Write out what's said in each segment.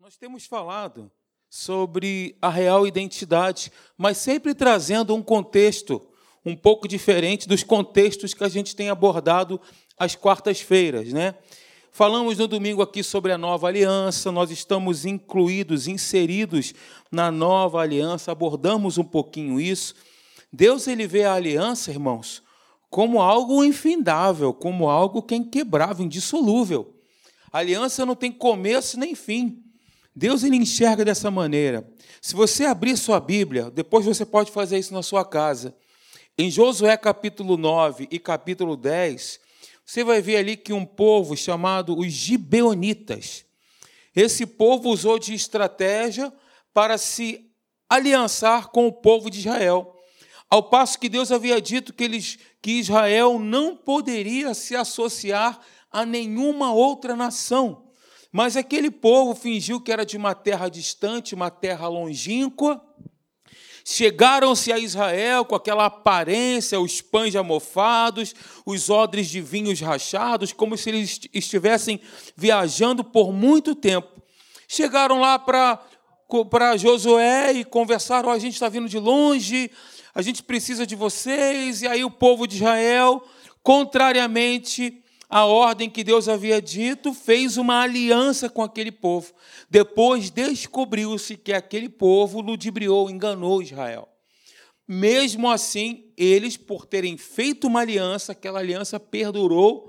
Nós temos falado sobre a real identidade, mas sempre trazendo um contexto um pouco diferente dos contextos que a gente tem abordado às quartas-feiras, né? Falamos no domingo aqui sobre a nova aliança, nós estamos incluídos, inseridos na nova aliança, abordamos um pouquinho isso. Deus, ele vê a aliança, irmãos, como algo infindável, como algo que é inquebrável, indissolúvel. A aliança não tem começo nem fim. Deus, ele enxerga dessa maneira. Se você abrir sua Bíblia, depois você pode fazer isso na sua casa. Em Josué capítulo 9 e capítulo 10, você vai ver ali que um povo chamado os Gibeonitas, esse povo usou de estratégia para se aliançar com o povo de Israel. Ao passo que Deus havia dito que Israel não poderia se associar a nenhuma outra nação. Mas aquele povo fingiu que era de uma terra distante, uma terra longínqua. Chegaram-se a Israel com aquela aparência, os pães já mofados, os odres de vinhos rachados, como se eles estivessem viajando por muito tempo. Chegaram lá para Josué e conversaram: a gente está vindo de longe, a gente precisa de vocês. E aí o povo de Israel, contrariamente à ordem que Deus havia dito, fez uma aliança com aquele povo. Depois descobriu-se que aquele povo ludibriou, enganou Israel. Mesmo assim, eles, por terem feito uma aliança, aquela aliança perdurou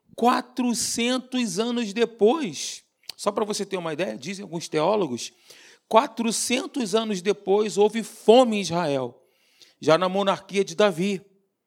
400 anos depois. Só para você ter uma ideia, dizem alguns teólogos, 400 anos depois houve fome em Israel, já na monarquia de Davi.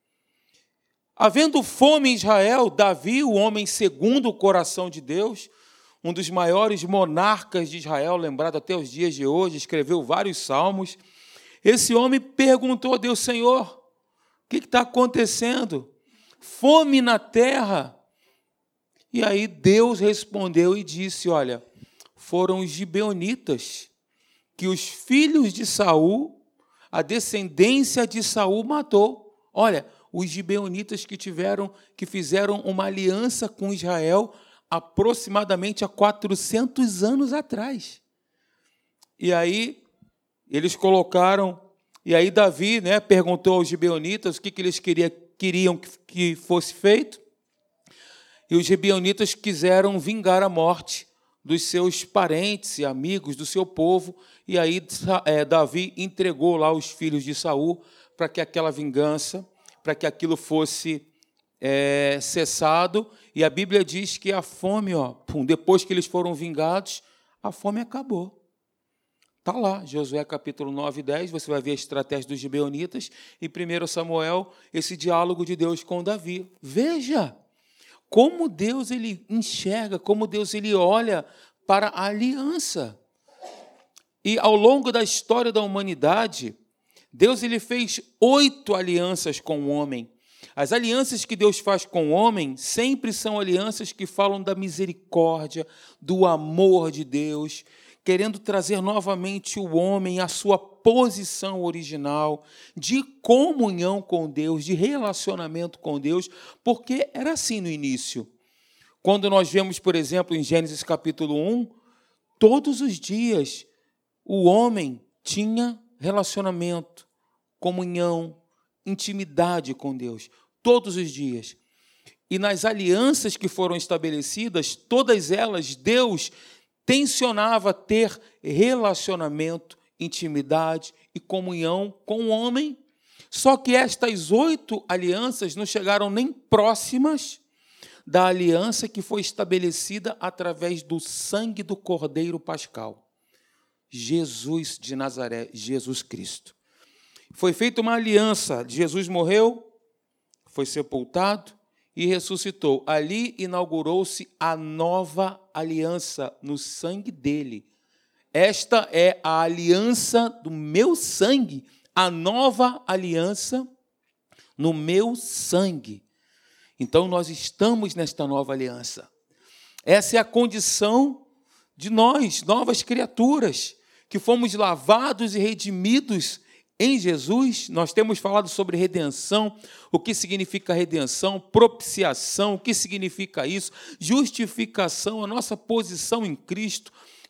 Havendo fome em Israel, Davi, o homem segundo o coração de Deus, um dos maiores monarcas de Israel, lembrado até os dias de hoje, escreveu vários salmos. Esse homem perguntou a Deus: Senhor, o que está acontecendo? Fome na terra? E aí Deus respondeu e disse: olha, foram os gibeonitas que os filhos de Saul, a descendência de Saul, matou. Olha, os gibeonitas que fizeram uma aliança com Israel aproximadamente há 400 anos atrás. E aí eles colocaram, e aí Davi, né, perguntou aos gibeonitas o que eles queriam que fosse feito, e os gibeonitas quiseram vingar a morte dos seus parentes e amigos, do seu povo, e aí Davi entregou lá os filhos de Saul para que aquela vingança, para que aquilo fosse cessado. E a Bíblia diz que a fome, depois que eles foram vingados, a fome acabou. Está lá, Josué capítulo 9 e 10, você vai ver a estratégia dos gibeonitas, e 1 Samuel, esse diálogo de Deus com Davi. Veja como Deus, ele enxerga, como Deus, ele olha para a aliança. E ao longo da história da humanidade, Deus, ele fez 8 alianças com o homem. As alianças que Deus faz com o homem sempre são alianças que falam da misericórdia, do amor de Deus, querendo trazer novamente o homem à sua posição original, de comunhão com Deus, de relacionamento com Deus, porque era assim no início. Quando nós vemos, por exemplo, em Gênesis capítulo 1, todos os dias o homem tinha relacionamento, comunhão, intimidade com Deus, todos os dias. E nas alianças que foram estabelecidas, todas elas, Deus tensionava ter relacionamento, intimidade e comunhão com o homem. Só que estas 8 alianças não chegaram nem próximas da aliança que foi estabelecida através do sangue do Cordeiro Pascal, Jesus de Nazaré, Jesus Cristo. Foi feita uma aliança, Jesus morreu, foi sepultado e ressuscitou. Ali inaugurou-se a nova aliança no sangue dele. Esta é a aliança do meu sangue, a nova aliança no meu sangue. Então, nós estamos nesta nova aliança. Essa é a condição de nós, novas criaturas, que fomos lavados e redimidos em Jesus. Nós temos falado sobre redenção, o que significa redenção, propiciação, o que significa isso, justificação, a nossa posição em Cristo,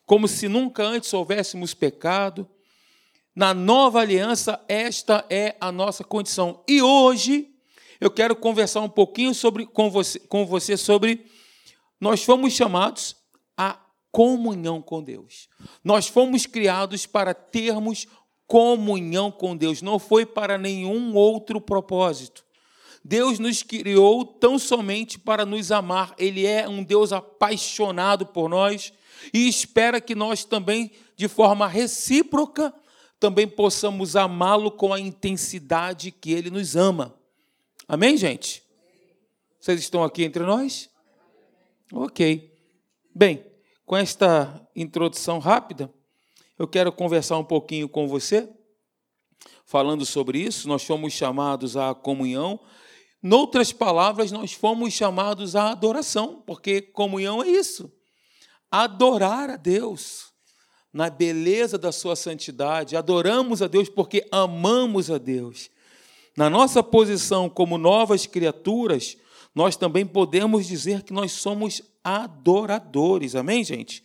como se nunca antes houvéssemos pecado. Na nova aliança, esta é a nossa condição. E hoje, eu quero conversar um pouquinho com você sobre... Nós fomos chamados a comunhão com Deus. Nós fomos criados para termos comunhão com Deus. Não foi para nenhum outro propósito. Deus nos criou tão somente para nos amar. Ele é um Deus apaixonado por nós e espera que nós também, de forma recíproca, também possamos amá-lo com a intensidade que Ele nos ama. Amém, gente? Vocês estão aqui entre nós? Ok. Bem, com esta introdução rápida, eu quero conversar um pouquinho com você, falando sobre isso. Nós fomos chamados à comunhão. Noutras palavras, nós fomos chamados à adoração, porque comunhão é isso. Adorar a Deus na beleza da sua santidade. Adoramos a Deus porque amamos a Deus. Na nossa posição como novas criaturas, nós também podemos dizer que nós somos adoradores. Amém, gente?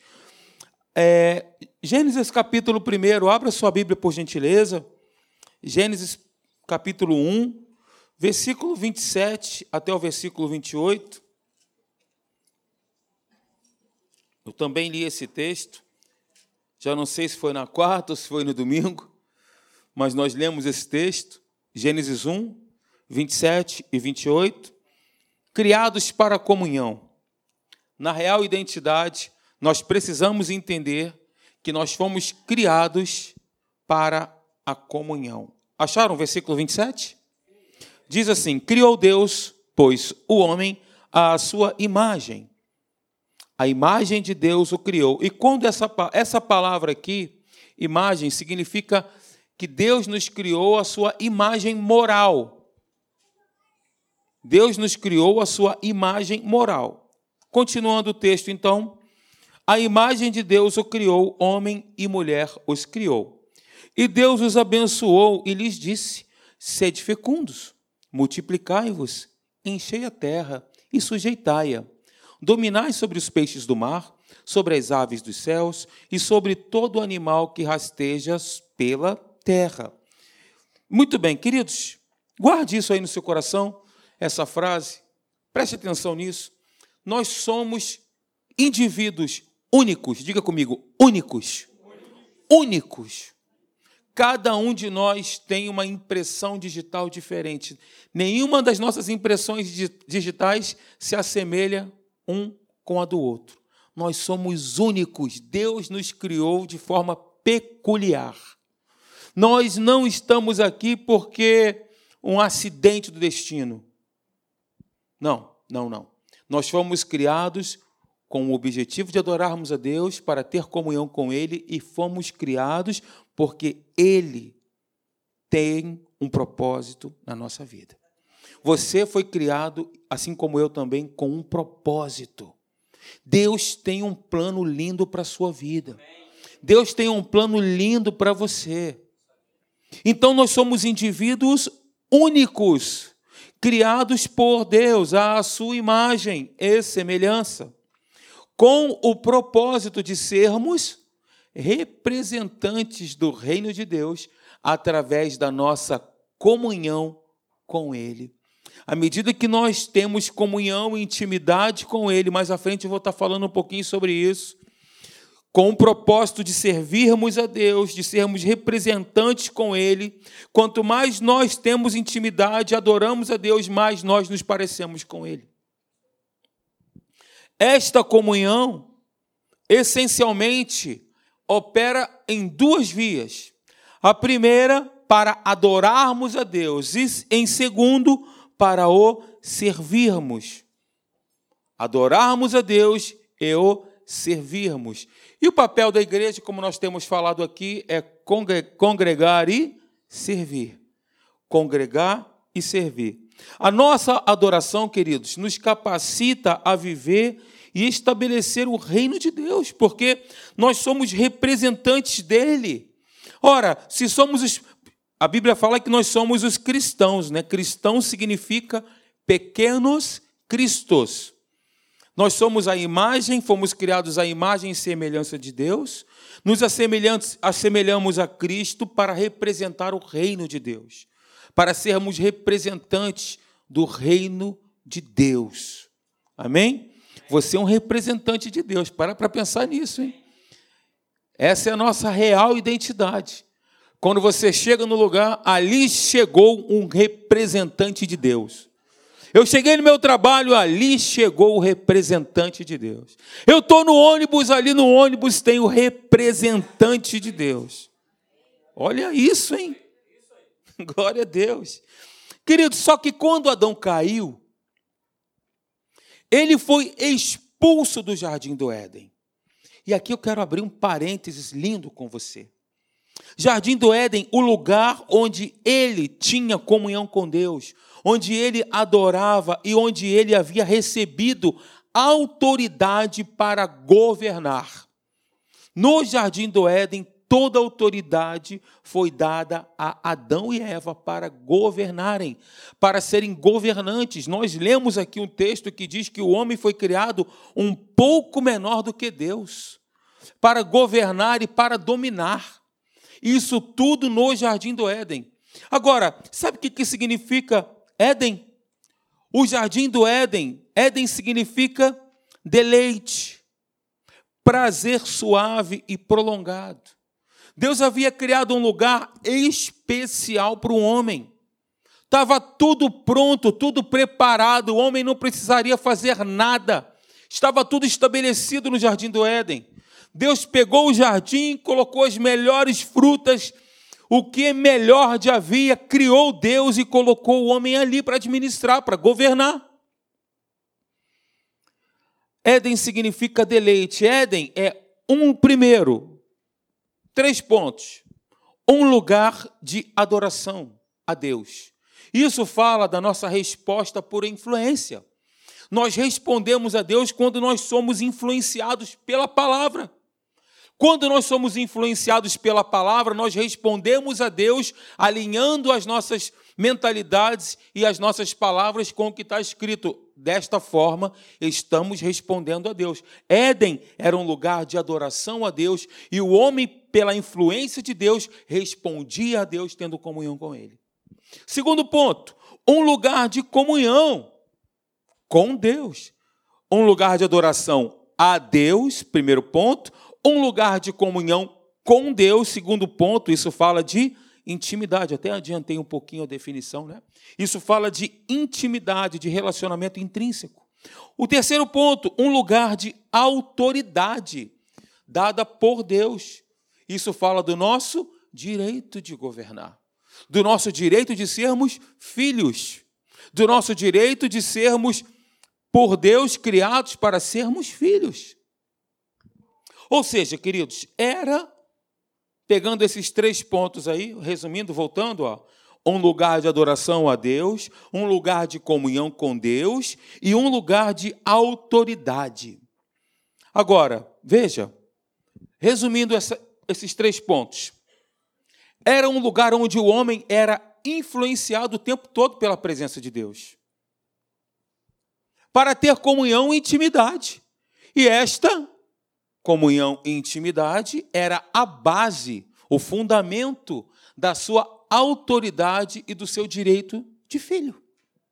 Gênesis capítulo 1, abra sua Bíblia, por gentileza. Gênesis capítulo 1, versículo 27 até o versículo 28. Eu também li esse texto. Já não sei se foi na quarta ou se foi no domingo, mas nós lemos esse texto. Gênesis 1, 27 e 28. Criados para a comunhão. Na real identidade, nós precisamos entender que nós fomos criados para a comunhão. Acharam o versículo 27? Diz assim: criou Deus, pois, o homem à sua imagem. A imagem de Deus o criou. E quando essa palavra aqui, imagem, significa que Deus nos criou a sua imagem moral. Deus nos criou a sua imagem moral. Continuando o texto, então, a imagem de Deus o criou, homem e mulher os criou. E Deus os abençoou e lhes disse: sede fecundos, multiplicai-vos, enchei a terra e sujeitai-a. Dominai sobre os peixes do mar, sobre as aves dos céus e sobre todo animal que rasteja pela terra. Muito bem, queridos, guarde isso aí no seu coração, essa frase, preste atenção nisso. Nós somos indivíduos únicos, diga comigo, únicos. Únicos. Cada um de nós tem uma impressão digital diferente. Nenhuma das nossas impressões digitais se assemelha um com a do outro. Nós somos únicos. Deus nos criou de forma peculiar. Nós não estamos aqui porque um acidente do destino. Não. Nós fomos criados com o objetivo de adorarmos a Deus, para ter comunhão com Ele, e fomos criados porque Ele tem um propósito na nossa vida. Você foi criado, assim como eu também, com um propósito. Deus tem um plano lindo para a sua vida. Deus tem um plano lindo para você. Então, nós somos indivíduos únicos, criados por Deus, à sua imagem e semelhança, com o propósito de sermos representantes do reino de Deus através da nossa comunhão com Ele. À medida que nós temos comunhão e intimidade com Ele, mais à frente eu vou estar falando um pouquinho sobre isso, com o propósito de servirmos a Deus, de sermos representantes com Ele, quanto mais nós temos intimidade, adoramos a Deus, mais nós nos parecemos com Ele. Esta comunhão, essencialmente, opera em duas vias. A primeira, para adorarmos a Deus, e, em segundo, para o servirmos. Adorarmos a Deus e o servirmos. E o papel da igreja, como nós temos falado aqui, é congregar e servir. Congregar e servir. A nossa adoração, queridos, nos capacita a viver e estabelecer o reino de Deus, porque nós somos representantes dele. Ora, se somos a Bíblia fala que nós somos os cristãos, né? Cristão significa pequenos cristos. Nós somos a imagem, fomos criados à imagem e semelhança de Deus, nos assemelhamos a Cristo para representar o reino de Deus, para sermos representantes do reino de Deus. Amém? Você é um representante de Deus. Para pensar nisso, hein? Essa é a nossa real identidade. Quando você chega no lugar, ali chegou um representante de Deus. Eu cheguei no meu trabalho, ali chegou o representante de Deus. Eu estou no ônibus, ali no ônibus tem o representante de Deus. Olha isso, hein? Glória a Deus. Querido, só que quando Adão caiu, ele foi expulso do jardim do Éden. E aqui eu quero abrir um parênteses lindo com você. Jardim do Éden, o lugar onde ele tinha comunhão com Deus, onde ele adorava e onde ele havia recebido autoridade para governar. No Jardim do Éden, toda a autoridade foi dada a Adão e Eva para governarem, para serem governantes. Nós lemos aqui um texto que diz que o homem foi criado um pouco menor do que Deus, para governar e para dominar. Isso tudo no Jardim do Éden. Agora, sabe o que significa Éden? O Jardim do Éden, Éden significa deleite, prazer suave e prolongado. Deus havia criado um lugar especial para o homem. Estava tudo pronto, tudo preparado, o homem não precisaria fazer nada. Estava tudo estabelecido no Jardim do Éden. Deus pegou o jardim, colocou as melhores frutas, o que melhor de havia, criou Deus e colocou o homem ali para administrar, para governar. Éden significa deleite. Éden é primeiro, 3 pontos. Um lugar de adoração a Deus. Isso fala da nossa resposta por influência. Nós respondemos a Deus quando nós somos influenciados pela palavra. Quando nós somos influenciados pela palavra, nós respondemos a Deus, alinhando as nossas mentalidades e as nossas palavras com o que está escrito. Desta forma, estamos respondendo a Deus. Éden era um lugar de adoração a Deus e o homem, pela influência de Deus, respondia a Deus tendo comunhão com Ele. Segundo ponto, um lugar de comunhão com Deus. Um lugar de adoração a Deus, primeiro ponto. Um lugar de comunhão com Deus, segundo ponto, isso fala de intimidade. Até adiantei um pouquinho a definição, né? Isso fala de intimidade, de relacionamento intrínseco. O terceiro ponto, um lugar de autoridade dada por Deus. Isso fala do nosso direito de governar, do nosso direito de sermos filhos, do nosso direito de sermos, por Deus, criados para sermos filhos. Ou seja, queridos, pegando esses 3 pontos aí, resumindo, voltando, um lugar de adoração a Deus, um lugar de comunhão com Deus e um lugar de autoridade. Agora, veja, resumindo esses 3 pontos, era um lugar onde o homem era influenciado o tempo todo pela presença de Deus, para ter comunhão e intimidade. E esta comunhão e intimidade era a base, o fundamento da sua autoridade e do seu direito de filho.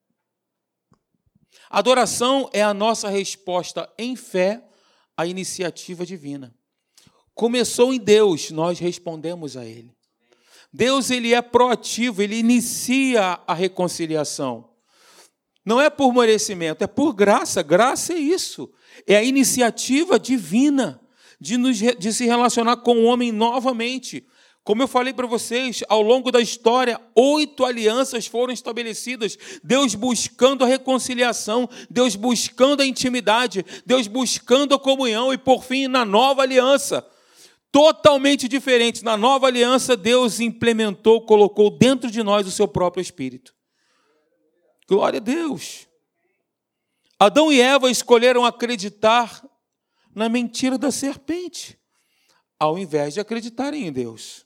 Adoração é a nossa resposta em fé à iniciativa divina. Começou em Deus, nós respondemos a Ele. Deus, Ele é proativo, Ele inicia a reconciliação. Não é por merecimento, é por graça. Graça é isso. É a iniciativa divina de se relacionar com o homem novamente. Como eu falei para vocês, ao longo da história, 8 alianças foram estabelecidas. Deus buscando a reconciliação, Deus buscando a intimidade, Deus buscando a comunhão e, por fim, na nova aliança, totalmente diferente. Na nova aliança, Deus implementou, colocou dentro de nós o seu próprio Espírito. Glória a Deus. Adão e Eva escolheram acreditar na mentira da serpente, ao invés de acreditarem em Deus.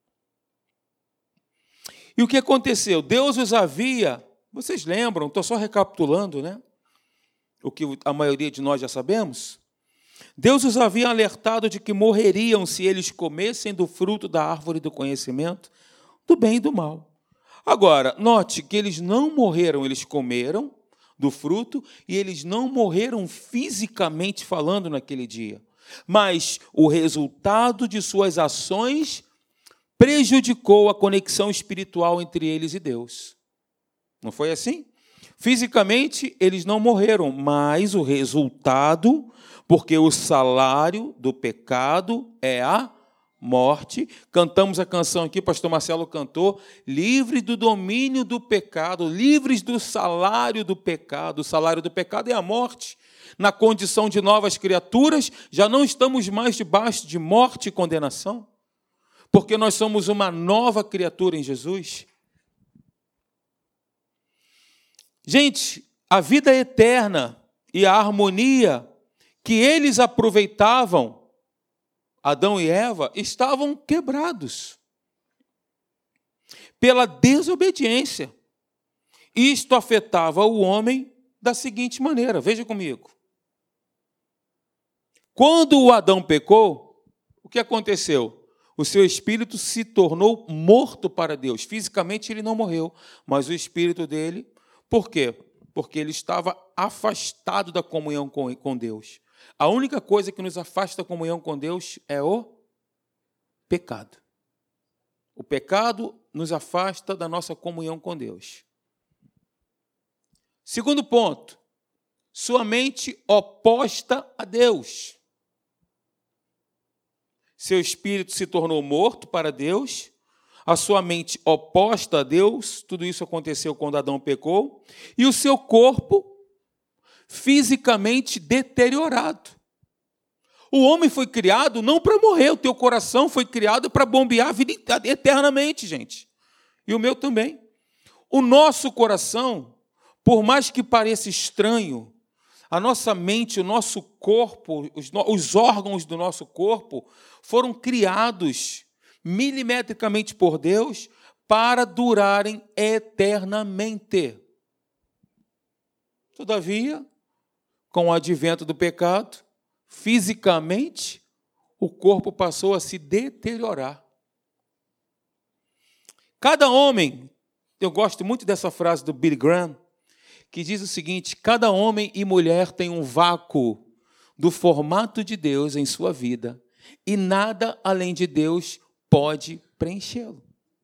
E o que aconteceu? Deus os havia, vocês lembram, estou só recapitulando, né? o que a maioria de nós já sabemos? Deus os havia alertado de que morreriam se eles comessem do fruto da árvore do conhecimento do bem e do mal. Agora, note que eles não morreram, eles comeram do fruto e eles não morreram fisicamente falando naquele dia. Mas o resultado de suas ações prejudicou a conexão espiritual entre eles e Deus. Não foi assim? Fisicamente, eles não morreram, mas o resultado, porque o salário do pecado é a morte. Cantamos a canção aqui, pastor Marcelo cantou, livre do domínio do pecado, livres do salário do pecado. O salário do pecado é a morte. Na condição de novas criaturas, já não estamos mais debaixo de morte e condenação, porque nós somos uma nova criatura em Jesus. Gente, a vida eterna e a harmonia que eles aproveitavam, Adão e Eva, estavam quebrados pela desobediência. Isto afetava o homem da seguinte maneira, veja comigo. Quando o Adão pecou, o que aconteceu? O seu espírito se tornou morto para Deus. Fisicamente ele não morreu, mas o espírito dele... Por quê? Porque ele estava afastado da comunhão com Deus. A única coisa que nos afasta da comunhão com Deus é o pecado. O pecado nos afasta da nossa comunhão com Deus. Segundo ponto, sua mente oposta a Deus. Seu espírito se tornou morto para Deus, a sua mente oposta a Deus, tudo isso aconteceu quando Adão pecou, e o seu corpo fisicamente deteriorado. O homem foi criado não para morrer, o teu coração foi criado para bombear a vida eternamente, gente. E o meu também. O nosso coração, por mais que pareça estranho, a nossa mente, o nosso corpo, os órgãos do nosso corpo foram criados milimetricamente por Deus para durarem eternamente. Todavia, com o advento do pecado, fisicamente, o corpo passou a se deteriorar. Cada homem, eu gosto muito dessa frase do Billy Graham, que diz o seguinte: cada homem e mulher tem um vácuo do formato de Deus em sua vida, e nada além de Deus pode preenchê-lo.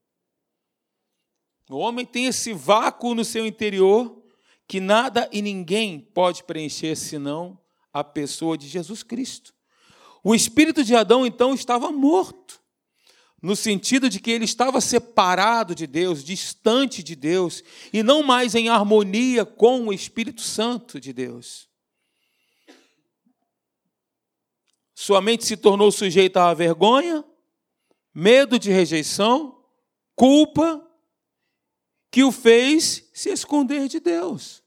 O homem tem esse vácuo no seu interior que nada e ninguém pode preencher senão a pessoa de Jesus Cristo. O espírito de Adão, então, estava morto, no sentido de que ele estava separado de Deus, distante de Deus, e não mais em harmonia com o Espírito Santo de Deus. Sua mente se tornou sujeita à vergonha, medo de rejeição, culpa, que o fez se esconder de Deus.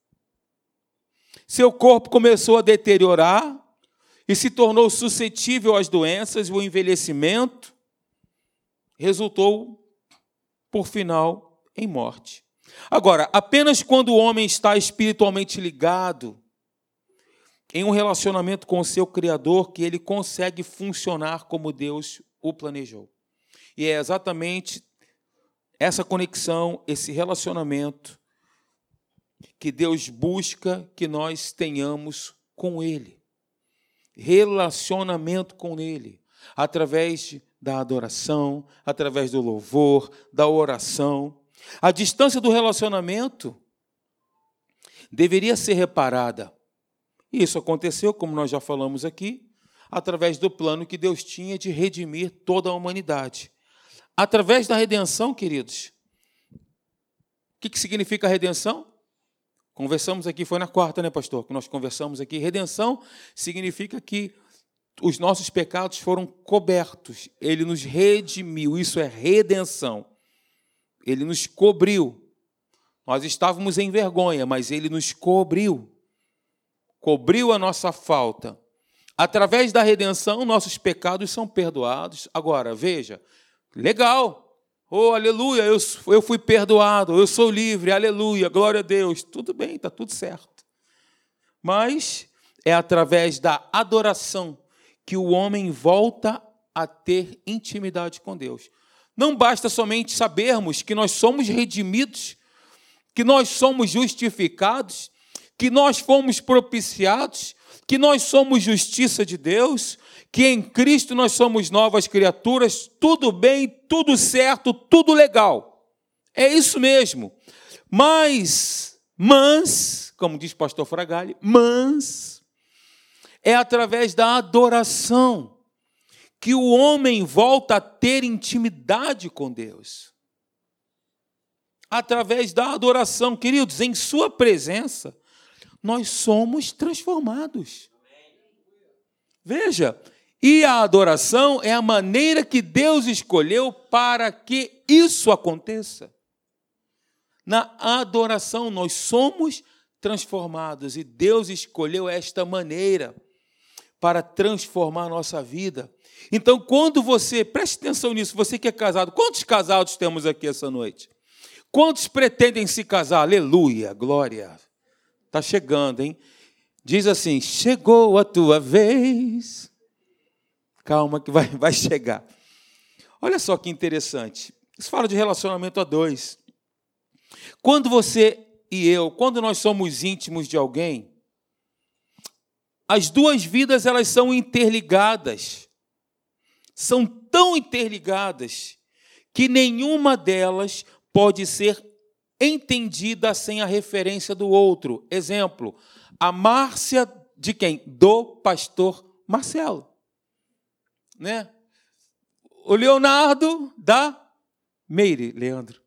Seu corpo começou a deteriorar e se tornou suscetível às doenças e o envelhecimento resultou, por final, em morte. Agora, apenas quando o homem está espiritualmente ligado em um relacionamento com o seu Criador que ele consegue funcionar como Deus o planejou. E é exatamente essa conexão, esse relacionamento que Deus busca que nós tenhamos com Ele. Relacionamento com Ele, através da adoração, através do louvor, da oração. A distância do relacionamento deveria ser reparada. E isso aconteceu, como nós já falamos aqui, através do plano que Deus tinha de redimir toda a humanidade. Através da redenção, queridos. O que significa redenção? Conversamos aqui, foi na quarta, né, pastor? Que nós conversamos aqui. Redenção significa que os nossos pecados foram cobertos. Ele nos redimiu. Isso é redenção. Ele nos cobriu. Nós estávamos em vergonha, mas Ele nos cobriu. Cobriu a nossa falta. Através da redenção, nossos pecados são perdoados. Agora, veja, legal. Oh, aleluia, eu fui perdoado, eu sou livre, aleluia, glória a Deus. Tudo bem, está tudo certo. mas é através da adoração que o homem volta a ter intimidade com Deus. Não basta somente sabermos que nós somos redimidos, que nós somos justificados, que nós fomos propiciados, que nós somos justiça de Deus, que em Cristo nós somos novas criaturas, tudo bem, tudo certo, tudo legal. É isso mesmo. Mas, como diz o pastor Fragale, é através da adoração que o homem volta a ter intimidade com Deus. Através da adoração, queridos, em sua presença, nós somos transformados. Veja, e a adoração é a maneira que Deus escolheu para que isso aconteça. Na adoração nós somos transformados e Deus escolheu esta maneira para transformar a nossa vida. Então, quando você, preste atenção nisso, você que é casado, quantos casados temos aqui essa noite? Quantos pretendem se casar? Aleluia, glória. Está chegando, hein? Diz assim, chegou a tua vez. Calma que vai chegar. Olha só que interessante. Isso fala de relacionamento a dois. Quando você e eu, quando nós somos íntimos de alguém, as duas vidas elas são interligadas. São tão interligadas que nenhuma delas pode ser entendida sem a referência do outro. Exemplo, a Márcia de quem? Do pastor Marcelo. Né? O Leonardo da Meire, Leandro.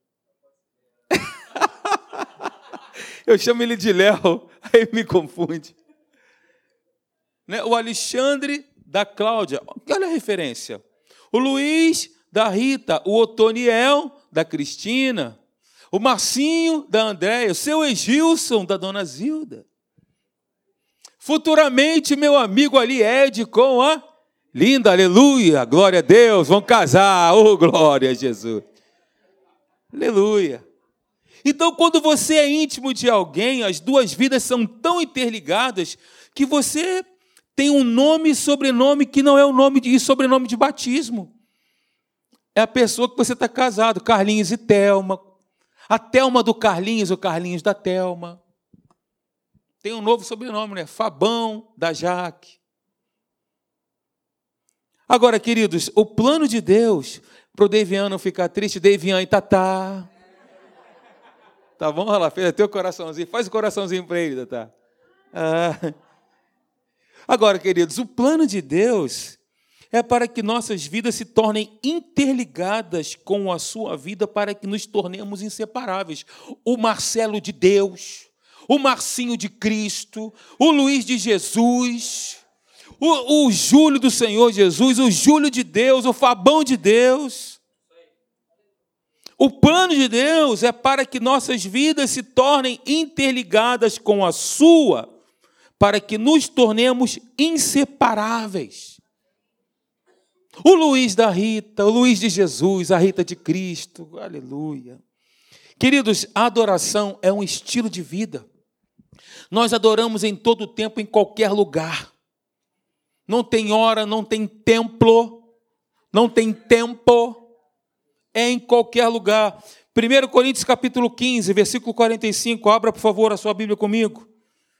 Eu chamo ele de Léo, aí me confunde. Né? O Alexandre da Cláudia, olha a referência. O Luiz da Rita, o Otoniel da Cristina, o Marcinho da Andréia, o seu Egilson da Dona Zilda. Futuramente, meu amigo ali, Ed, com a Linda, aleluia, glória a Deus, vão casar, oh, glória a Jesus. Aleluia. Então, quando você é íntimo de alguém, as duas vidas são tão interligadas que você tem um nome e sobrenome que não é o nome e sobrenome de batismo. É a pessoa que você está casado, Carlinhos e Thelma. A Thelma do Carlinhos, o Carlinhos da Thelma. Tem um novo sobrenome, né? Fabão da Jaque. Agora, queridos, o plano de Deus, para o Devian não ficar triste, Devian e Tatá. Tá bom? Olha lá, fez até o coraçãozinho. Faz o coraçãozinho para ele, Tatá. Agora, queridos, o plano de Deus é para que nossas vidas se tornem interligadas com a sua vida, para que nos tornemos inseparáveis. O Marcelo de Deus, o Marcinho de Cristo, o Luiz de Jesus, o Júlio do Senhor Jesus, o Júlio de Deus, o Fabão de Deus. O plano de Deus é para que nossas vidas se tornem interligadas com a sua, para que nos tornemos inseparáveis. O Luiz da Rita, o Luiz de Jesus, a Rita de Cristo, aleluia. Queridos, a adoração é um estilo de vida. Nós adoramos em todo tempo, em qualquer lugar. Não tem hora, não tem templo, não tem tempo. É em qualquer lugar. 1 Coríntios capítulo 15, versículo 45. Abra, por favor, a sua Bíblia comigo.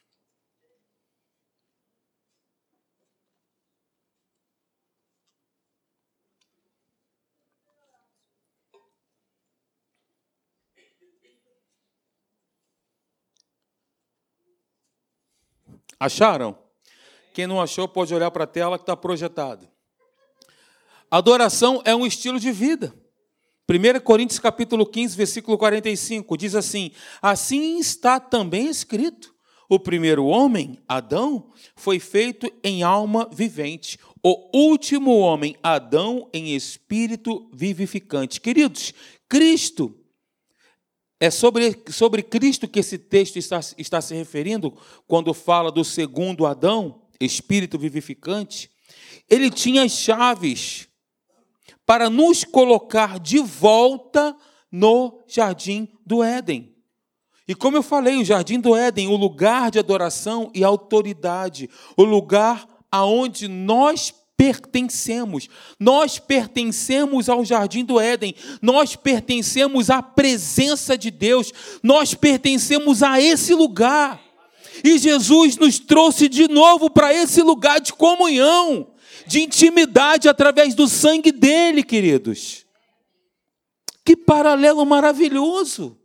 Acharam? Quem não achou pode olhar para a tela que está projetado. Adoração é um estilo de vida. 1 Coríntios capítulo 15, versículo 45, diz assim: assim está também escrito, o primeiro homem, Adão, foi feito em alma vivente, o último homem, Adão, em espírito vivificante. Queridos, Cristo, é sobre Cristo que esse texto está se referindo, quando fala do segundo Adão, espírito vivificante. Ele tinha as chaves para nos colocar de volta no jardim do Éden. E como eu falei, o Jardim do Éden, o lugar de adoração e autoridade, o lugar aonde nós pertencemos. Nós pertencemos ao Jardim do Éden, nós pertencemos à presença de Deus, nós pertencemos a esse lugar. E Jesus nos trouxe de novo para esse lugar de comunhão, de intimidade através do sangue dele, queridos. Que paralelo maravilhoso!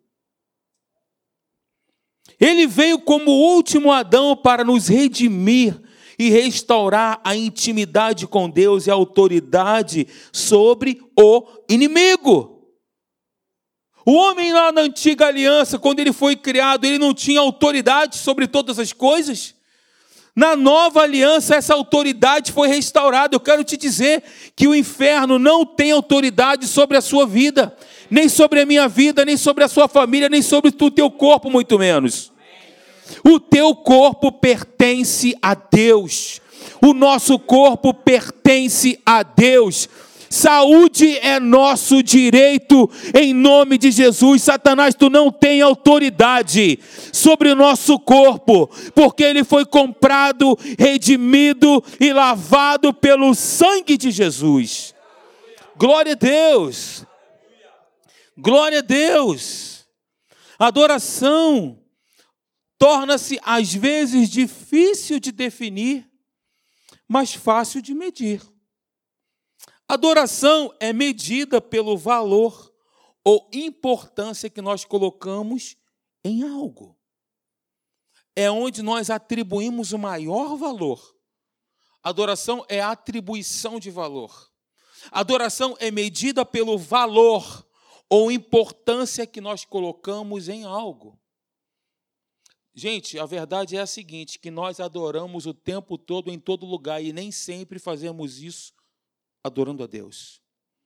Ele veio como o último Adão para nos redimir e restaurar a intimidade com Deus e a autoridade sobre o inimigo. O homem lá na antiga aliança, quando ele foi criado, ele não tinha autoridade sobre todas as coisas. Na nova aliança, essa autoridade foi restaurada. Eu quero te dizer que o inferno não tem autoridade sobre a sua vida, nem sobre a minha vida, nem sobre a sua família, nem sobre o teu corpo, muito menos. O teu corpo pertence a Deus. O nosso corpo pertence a Deus. Saúde é nosso direito, em nome de Jesus. Satanás, tu não tem autoridade sobre o nosso corpo, porque ele foi comprado, redimido e lavado pelo sangue de Jesus. Glória a Deus. Glória a Deus. Adoração torna-se às vezes difícil de definir, mas fácil de medir. Adoração é medida pelo valor ou importância que nós colocamos em algo. É onde nós atribuímos o maior valor. Adoração é atribuição de valor. Adoração é medida pelo valor ou importância que nós colocamos em algo. Gente, a verdade é a seguinte, que nós adoramos o tempo todo, em todo lugar, e nem sempre fazemos isso adorando a Deus.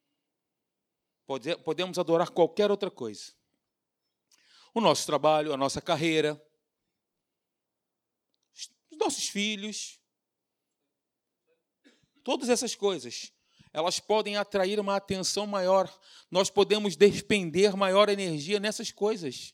Podemos adorar qualquer outra coisa. O nosso trabalho, a nossa carreira, os nossos filhos, todas essas coisas, elas podem atrair uma atenção maior. Nós podemos despender maior energia nessas coisas.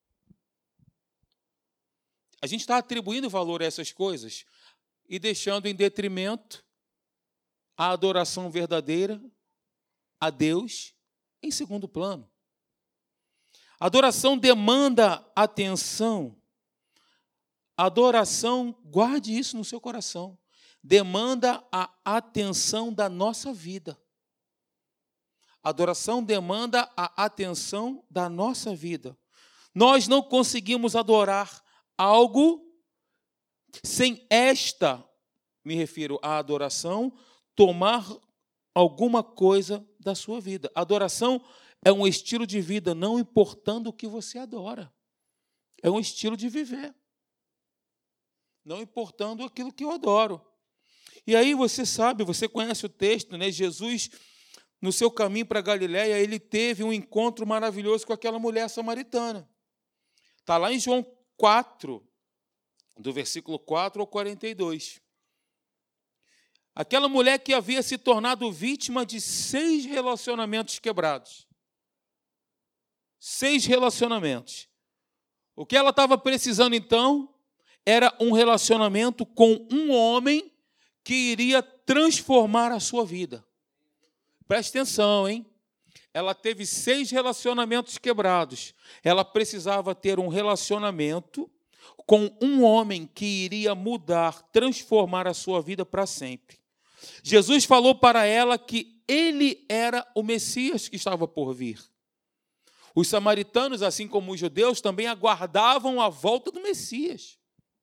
A gente está atribuindo valor a essas coisas e deixando em detrimento a adoração verdadeira a Deus em segundo plano. A adoração demanda atenção. A adoração, guarde isso no seu coração, demanda a atenção da nossa vida. A adoração demanda a atenção da nossa vida. Nós não conseguimos adorar algo sem esta, me refiro à adoração, tomar alguma coisa da sua vida. Adoração é um estilo de vida, não importando o que você adora. É um estilo de viver, não importando aquilo que eu adoro. E aí você sabe, você conhece o texto, né? Jesus, no seu caminho para Galiléia, ele teve um encontro maravilhoso com aquela mulher samaritana. Está lá em João 4, do versículo 4 ao 42. Aquela mulher que havia se tornado vítima de 6 relacionamentos quebrados. 6 relacionamentos. O que ela estava precisando, então, era um relacionamento com um homem que iria transformar a sua vida. Preste atenção, hein? Ela teve 6 relacionamentos quebrados. Ela precisava ter um relacionamento com um homem que iria mudar, transformar a sua vida para sempre. Jesus falou para ela que ele era o Messias que estava por vir. Os samaritanos, assim como os judeus, também aguardavam a volta do Messias.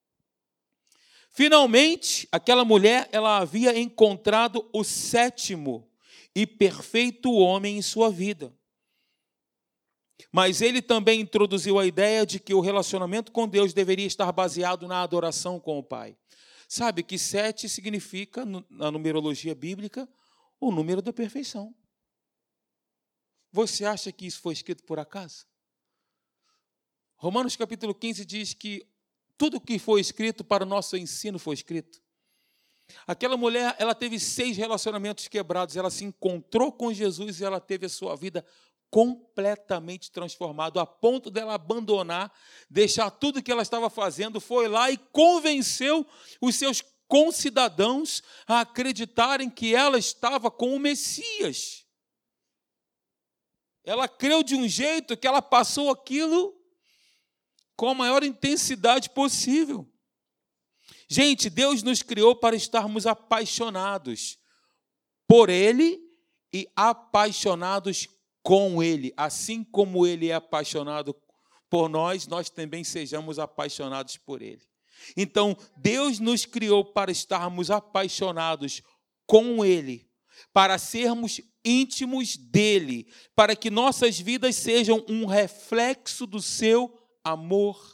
Finalmente, aquela mulher, ela havia encontrado o 7º e perfeito homem em sua vida. Mas ele também introduziu a ideia de que o relacionamento com Deus deveria estar baseado na adoração com o Pai. Sabe que 7 significa, na numerologia bíblica, o número da perfeição. Você acha que isso foi escrito por acaso? Romanos capítulo 15 diz que tudo o que foi escrito para o nosso ensino foi escrito. Aquela mulher, ela teve 6 relacionamentos quebrados, ela se encontrou com Jesus e ela teve a sua vida completamente transformado, a ponto dela abandonar, deixar tudo que ela estava fazendo, foi lá e convenceu os seus concidadãos a acreditarem que ela estava com o Messias. Ela creu de um jeito que ela passou aquilo com a maior intensidade possível. Gente, Deus nos criou para estarmos apaixonados por Ele e apaixonados com Ele. Assim como Ele é apaixonado por nós, nós também sejamos apaixonados por Ele. Então, Deus nos criou para estarmos apaixonados com Ele, para sermos íntimos dEle, para que nossas vidas sejam um reflexo do seu amor.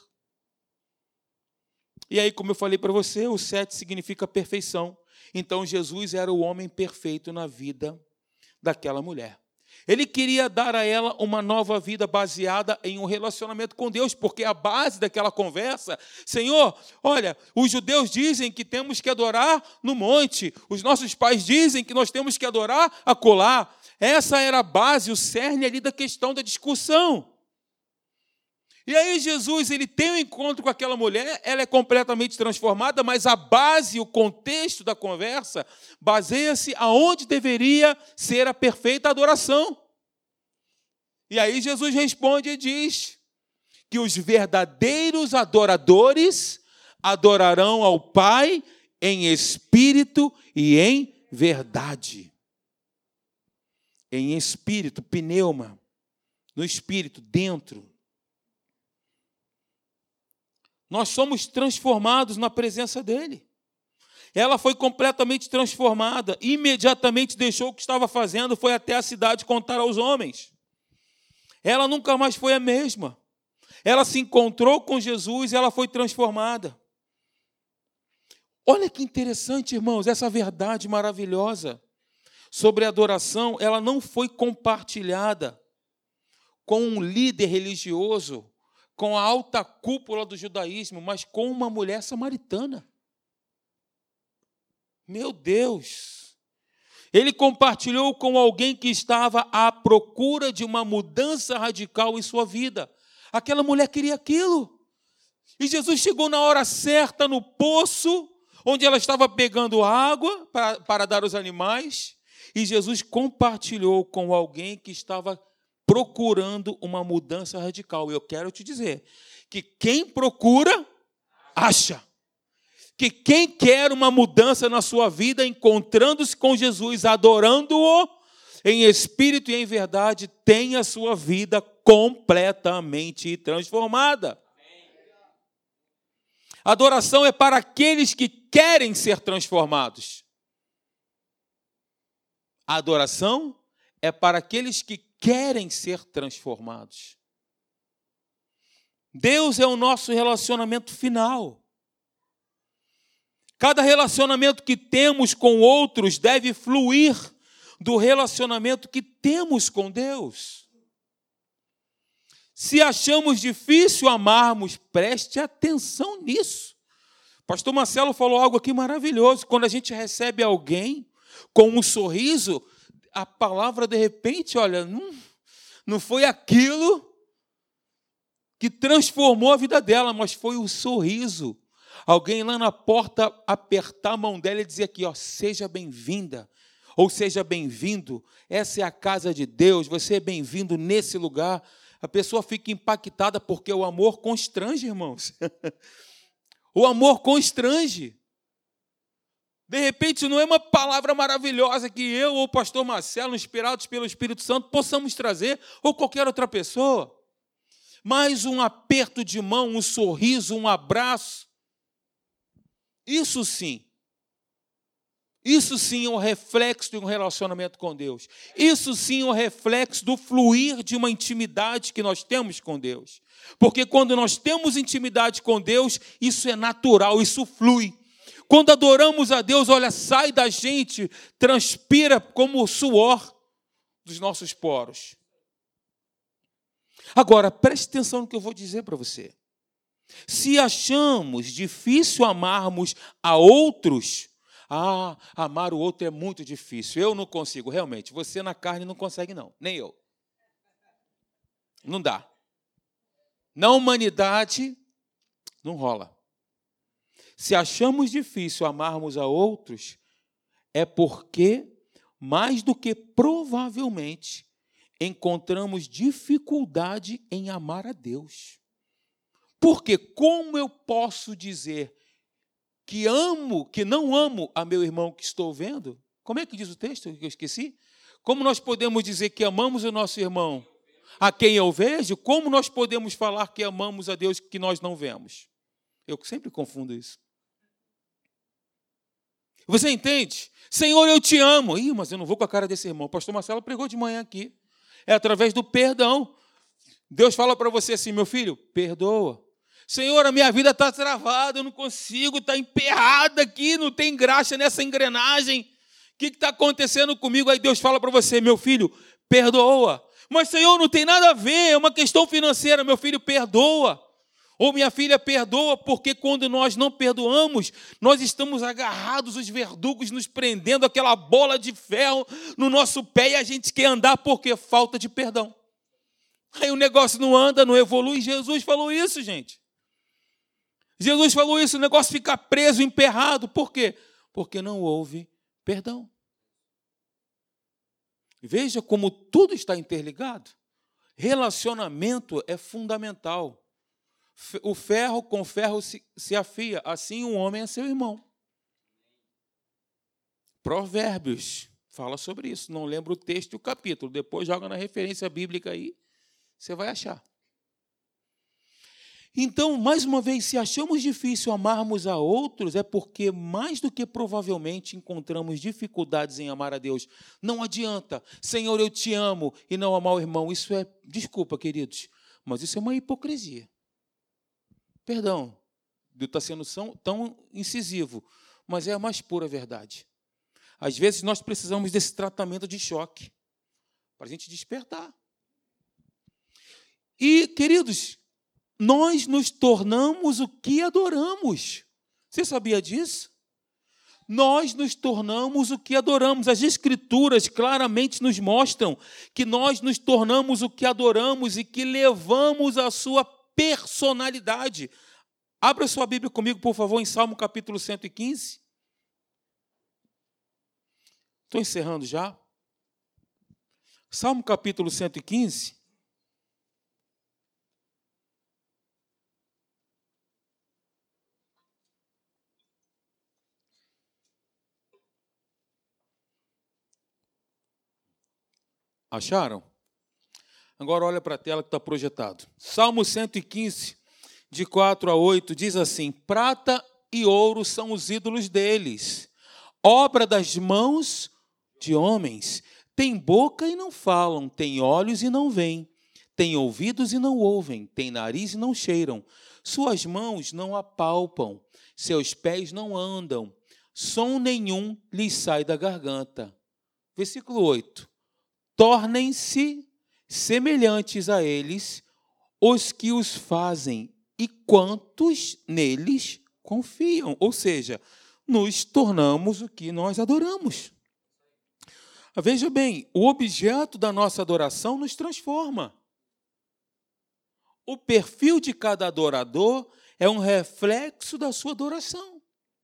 E aí, como eu falei para você, o 7 significa perfeição. Então, Jesus era o homem perfeito na vida daquela mulher. Ele queria dar a ela uma nova vida baseada em um relacionamento com Deus, porque a base daquela conversa, Senhor, olha, os judeus dizem que temos que adorar no monte, os nossos pais dizem que nós temos que adorar acolá. Essa era a base, o cerne ali da questão da discussão. E aí Jesus, ele tem um encontro com aquela mulher, ela é completamente transformada, mas a base, o contexto da conversa, baseia-se aonde deveria ser a perfeita adoração. E aí Jesus responde e diz que os verdadeiros adoradores adorarão ao Pai em espírito e em verdade. Em espírito, pneuma, no espírito, dentro. Nós somos transformados na presença dele. Ela foi completamente transformada, imediatamente deixou o que estava fazendo, foi até a cidade contar aos homens. Ela nunca mais foi a mesma. Ela se encontrou com Jesus e ela foi transformada. Olha que interessante, irmãos, essa verdade maravilhosa sobre a adoração, ela não foi compartilhada com um líder religioso, com a alta cúpula do judaísmo, mas com uma mulher samaritana. Meu Deus! Ele compartilhou com alguém que estava à procura de uma mudança radical em sua vida. Aquela mulher queria aquilo. E Jesus chegou na hora certa no poço, onde ela estava pegando água para dar aos animais, e Jesus compartilhou com alguém que estava procurando uma mudança radical. E eu quero te dizer que quem procura, acha. Que quem quer uma mudança na sua vida, encontrando-se com Jesus, adorando-o em espírito e em verdade, tem a sua vida completamente transformada. Adoração é para aqueles que querem ser transformados. A adoração é para aqueles que querem ser transformados. Deus é o nosso relacionamento final. Cada relacionamento que temos com outros deve fluir do relacionamento que temos com Deus. Se achamos difícil amarmos, preste atenção nisso. O pastor Marcelo falou algo aqui maravilhoso. Quando a gente recebe alguém com um sorriso, a palavra, de repente, olha, não foi aquilo que transformou a vida dela, mas foi o sorriso. Alguém lá na porta apertar a mão dela e dizer aqui, ó, seja bem-vinda, ou seja bem-vindo, essa é a casa de Deus, você é bem-vindo nesse lugar. A pessoa fica impactada porque o amor constrange, irmãos. O amor constrange. De repente, não é uma palavra maravilhosa que eu ou o pastor Marcelo, inspirados pelo Espírito Santo, possamos trazer, ou qualquer outra pessoa. Mas um aperto de mão, um sorriso, um abraço, isso sim é um reflexo de um relacionamento com Deus. Isso sim é um reflexo do fluir de uma intimidade que nós temos com Deus. Porque quando nós temos intimidade com Deus, isso é natural, isso flui. Quando adoramos a Deus, olha, sai da gente, transpira como o suor dos nossos poros. Agora, preste atenção no que eu vou dizer para você. Se achamos difícil amarmos a outros, amar o outro é muito difícil, eu não consigo, realmente, você na carne não consegue não, nem eu. Não dá. Na humanidade, não rola. Se achamos difícil amarmos a outros, é porque, mais do que provavelmente, encontramos dificuldade em amar a Deus. Porque como eu posso dizer que não amo a meu irmão que estou vendo? Como é que diz o texto que eu esqueci? Como nós podemos dizer que amamos o nosso irmão a quem eu vejo? Como nós podemos falar que amamos a Deus que nós não vemos? Eu sempre confundo isso. Você entende? Senhor, eu te amo. Ih, mas eu não vou com a cara desse irmão. O pastor Marcelo pregou de manhã aqui. É através do perdão. Deus fala para você assim, meu filho, perdoa. Senhor, a minha vida está travada, eu não consigo, está emperrada aqui, não tem graxa nessa engrenagem. O que está acontecendo comigo? Aí Deus fala para você, meu filho, perdoa. Mas, Senhor, não tem nada a ver, é uma questão financeira. Meu filho, perdoa. Ou minha filha, perdoa, porque quando nós não perdoamos, nós estamos agarrados, os verdugos nos prendendo, aquela bola de ferro no nosso pé, e a gente quer andar porque falta de perdão. Aí o negócio não anda, não evolui. Jesus falou isso, gente. Jesus falou isso, o negócio fica preso, emperrado. Por quê? Porque não houve perdão. Veja como tudo está interligado. Relacionamento é fundamental. O ferro com ferro se afia, assim um homem é seu irmão. Provérbios fala sobre isso. Não lembro o texto e o capítulo. Depois joga na referência bíblica aí, você vai achar. Então, mais uma vez, se achamos difícil amarmos a outros, é porque, mais do que provavelmente, encontramos dificuldades em amar a Deus. Não adianta, Senhor, eu te amo, e não amar o irmão. Isso é, desculpa, queridos, mas isso é uma hipocrisia. Perdão, de estar sendo tão incisivo, mas é a mais pura verdade. Às vezes, nós precisamos desse tratamento de choque, para a gente despertar. E, queridos, nós nos tornamos o que adoramos. Você sabia disso? Nós nos tornamos o que adoramos. As Escrituras claramente nos mostram que nós nos tornamos o que adoramos e que levamos a sua personalidade. Abra sua Bíblia comigo, por favor, em Salmo capítulo 115. Estou encerrando já. Salmo capítulo 115. Acharam? Agora olha para a tela que está projetado. Salmo 115, de 4 a 8, diz assim: prata e ouro são os ídolos deles, obra das mãos de homens. Tem boca e não falam, tem olhos e não veem, tem ouvidos e não ouvem, tem nariz e não cheiram, suas mãos não apalpam, seus pés não andam, som nenhum lhes sai da garganta. Versículo 8. Tornem-se semelhantes a eles os que os fazem e quantos neles confiam. Ou seja, nos tornamos o que nós adoramos. Veja bem, o objeto da nossa adoração nos transforma. O perfil de cada adorador é um reflexo da sua adoração.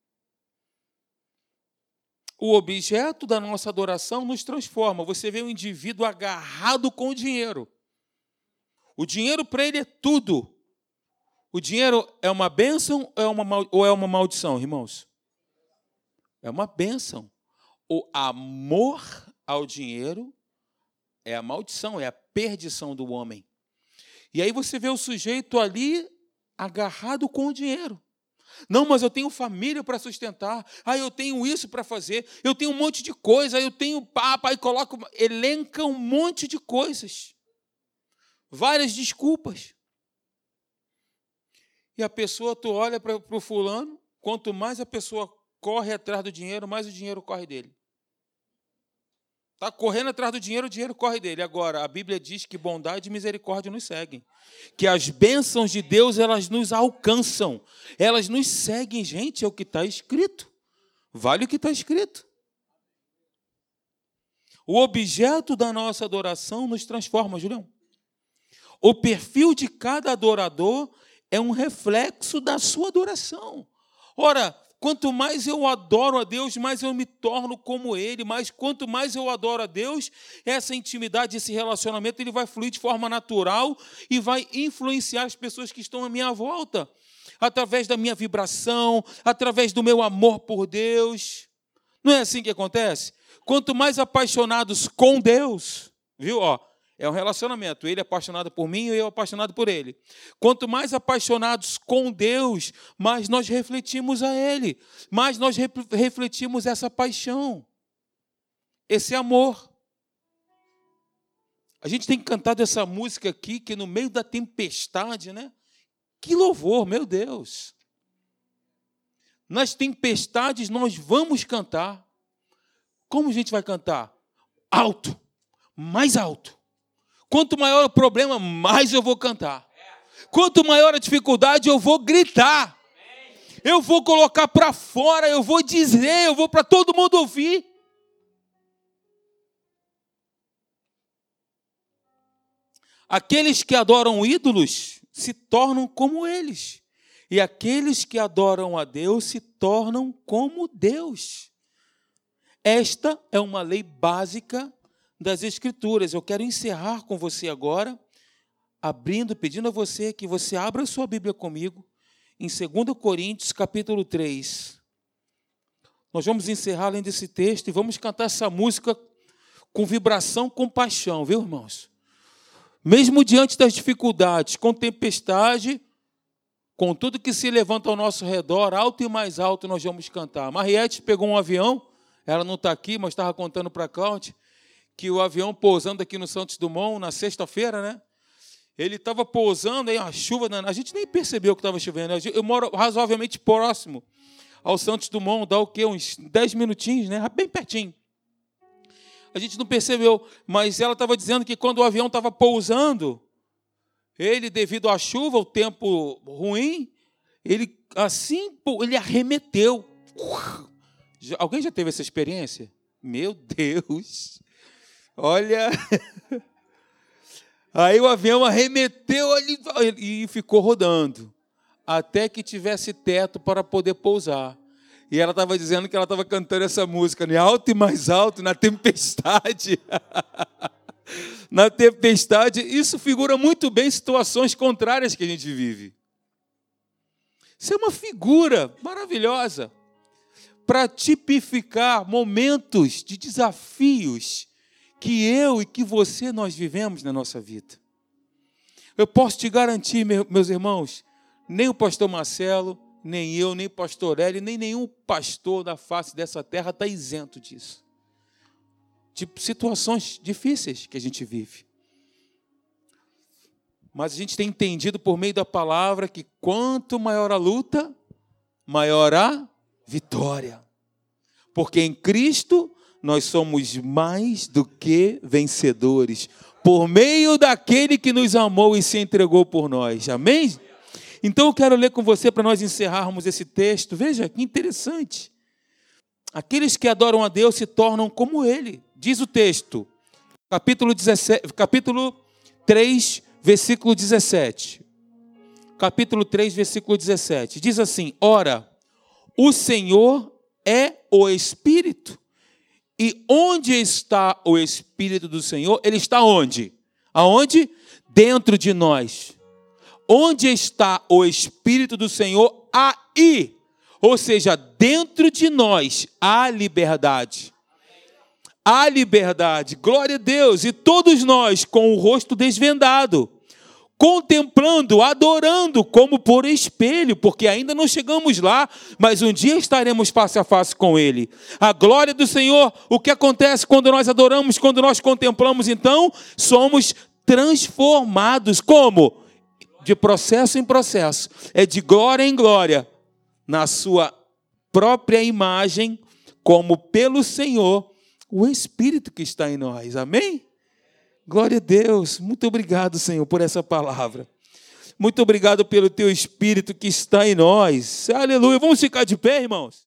O objeto da nossa adoração nos transforma. Você vê um indivíduo agarrado com o dinheiro. O dinheiro para ele é tudo. O dinheiro é uma bênção ou é uma maldição, irmãos? É uma bênção. O amor ao dinheiro é a maldição, é a perdição do homem. E aí você vê o sujeito ali agarrado com o dinheiro. Não, mas eu tenho família para sustentar, eu tenho isso para fazer, eu tenho um monte de coisa, eu tenho aí elenca um monte de coisas, várias desculpas. E a pessoa, tu olha para o fulano, quanto mais a pessoa corre atrás do dinheiro, mais o dinheiro corre dele. Está correndo atrás do dinheiro, o dinheiro corre dele. Agora, a Bíblia diz que bondade e misericórdia nos seguem. Que as bênçãos de Deus, elas nos alcançam. Elas nos seguem, gente, é o que está escrito. Vale o que está escrito. O objeto da nossa adoração nos transforma, Julião. O perfil de cada adorador é um reflexo da sua adoração. Ora, quanto mais eu adoro a Deus, mais eu me torno como Ele. Mas quanto mais eu adoro a Deus, essa intimidade, esse relacionamento, ele vai fluir de forma natural e vai influenciar as pessoas que estão à minha volta. Através da minha vibração, através do meu amor por Deus. Não é assim que acontece? Quanto mais apaixonados com Deus, viu? É um relacionamento. Ele é apaixonado por mim e eu apaixonado por ele. Quanto mais apaixonados com Deus, mais nós refletimos a Ele. Mais nós refletimos essa paixão. Esse amor. A gente tem cantado essa música aqui, que no meio da tempestade, né? Que louvor, meu Deus. Nas tempestades nós vamos cantar. Como a gente vai cantar? Alto. Mais alto. Quanto maior o problema, mais eu vou cantar. Quanto maior a dificuldade, eu vou gritar. Eu vou colocar para fora, eu vou dizer, eu vou para todo mundo ouvir. Aqueles que adoram ídolos se tornam como eles. E aqueles que adoram a Deus se tornam como Deus. Esta é uma lei básica das Escrituras. Eu quero encerrar com você agora, pedindo a você que você abra sua Bíblia comigo, em 2 Coríntios, capítulo 3. Nós vamos encerrar além desse texto e vamos cantar essa música com vibração, com paixão, viu, irmãos? Mesmo diante das dificuldades, com tempestade, com tudo que se levanta ao nosso redor, alto e mais alto, nós vamos cantar. Mariette pegou um avião, ela não está aqui, mas estava contando para a Cláudia, que o avião pousando aqui no Santos Dumont, na sexta-feira, né? Ele estava pousando, aí a chuva, a gente nem percebeu que estava chovendo. Eu moro razoavelmente próximo ao Santos Dumont, dá o quê? Uns 10 minutinhos, né? Bem pertinho. A gente não percebeu, mas ela estava dizendo que quando o avião estava pousando, ele, devido à chuva, o tempo ruim, ele arremeteu. Alguém já teve essa experiência? Meu Deus! Olha, aí o avião arremeteu ali e ficou rodando, até que tivesse teto para poder pousar. E ela estava dizendo que ela estava cantando essa música, né? Alto e mais alto, na tempestade. Na tempestade, isso figura muito bem situações contrárias que a gente vive. Isso é uma figura maravilhosa para tipificar momentos de desafios que eu e que você, nós vivemos na nossa vida. Eu posso te garantir, meus irmãos, nem o pastor Marcelo, nem eu, nem o pastor Hélio, nem nenhum pastor da face dessa terra está isento disso. De situações difíceis que a gente vive. Mas a gente tem entendido por meio da palavra que quanto maior a luta, maior a vitória. Porque em Cristo nós somos mais do que vencedores, por meio daquele que nos amou e se entregou por nós. Amém? Então eu quero ler com você para nós encerrarmos esse texto. Veja que interessante. Aqueles que adoram a Deus se tornam como Ele. Diz o texto, capítulo 3, versículo 17. Capítulo 3, versículo 17. Diz assim: ora, o Senhor é o Espírito. E onde está o Espírito do Senhor? Ele está onde? Aonde? Dentro de nós. Onde está o Espírito do Senhor? Aí. Ou seja, dentro de nós há liberdade. Há liberdade. Glória a Deus. E todos nós com o rosto desvendado, contemplando, adorando como por espelho, porque ainda não chegamos lá, mas um dia estaremos face a face com Ele. A glória do Senhor, o que acontece quando nós adoramos, quando nós contemplamos, então, somos transformados. Como? De processo em processo. É de glória em glória, na sua própria imagem, como pelo Senhor, o Espírito que está em nós. Amém? Glória a Deus. Muito obrigado, Senhor, por essa palavra. Muito obrigado pelo Teu Espírito que está em nós. Aleluia. Vamos ficar de pé, irmãos?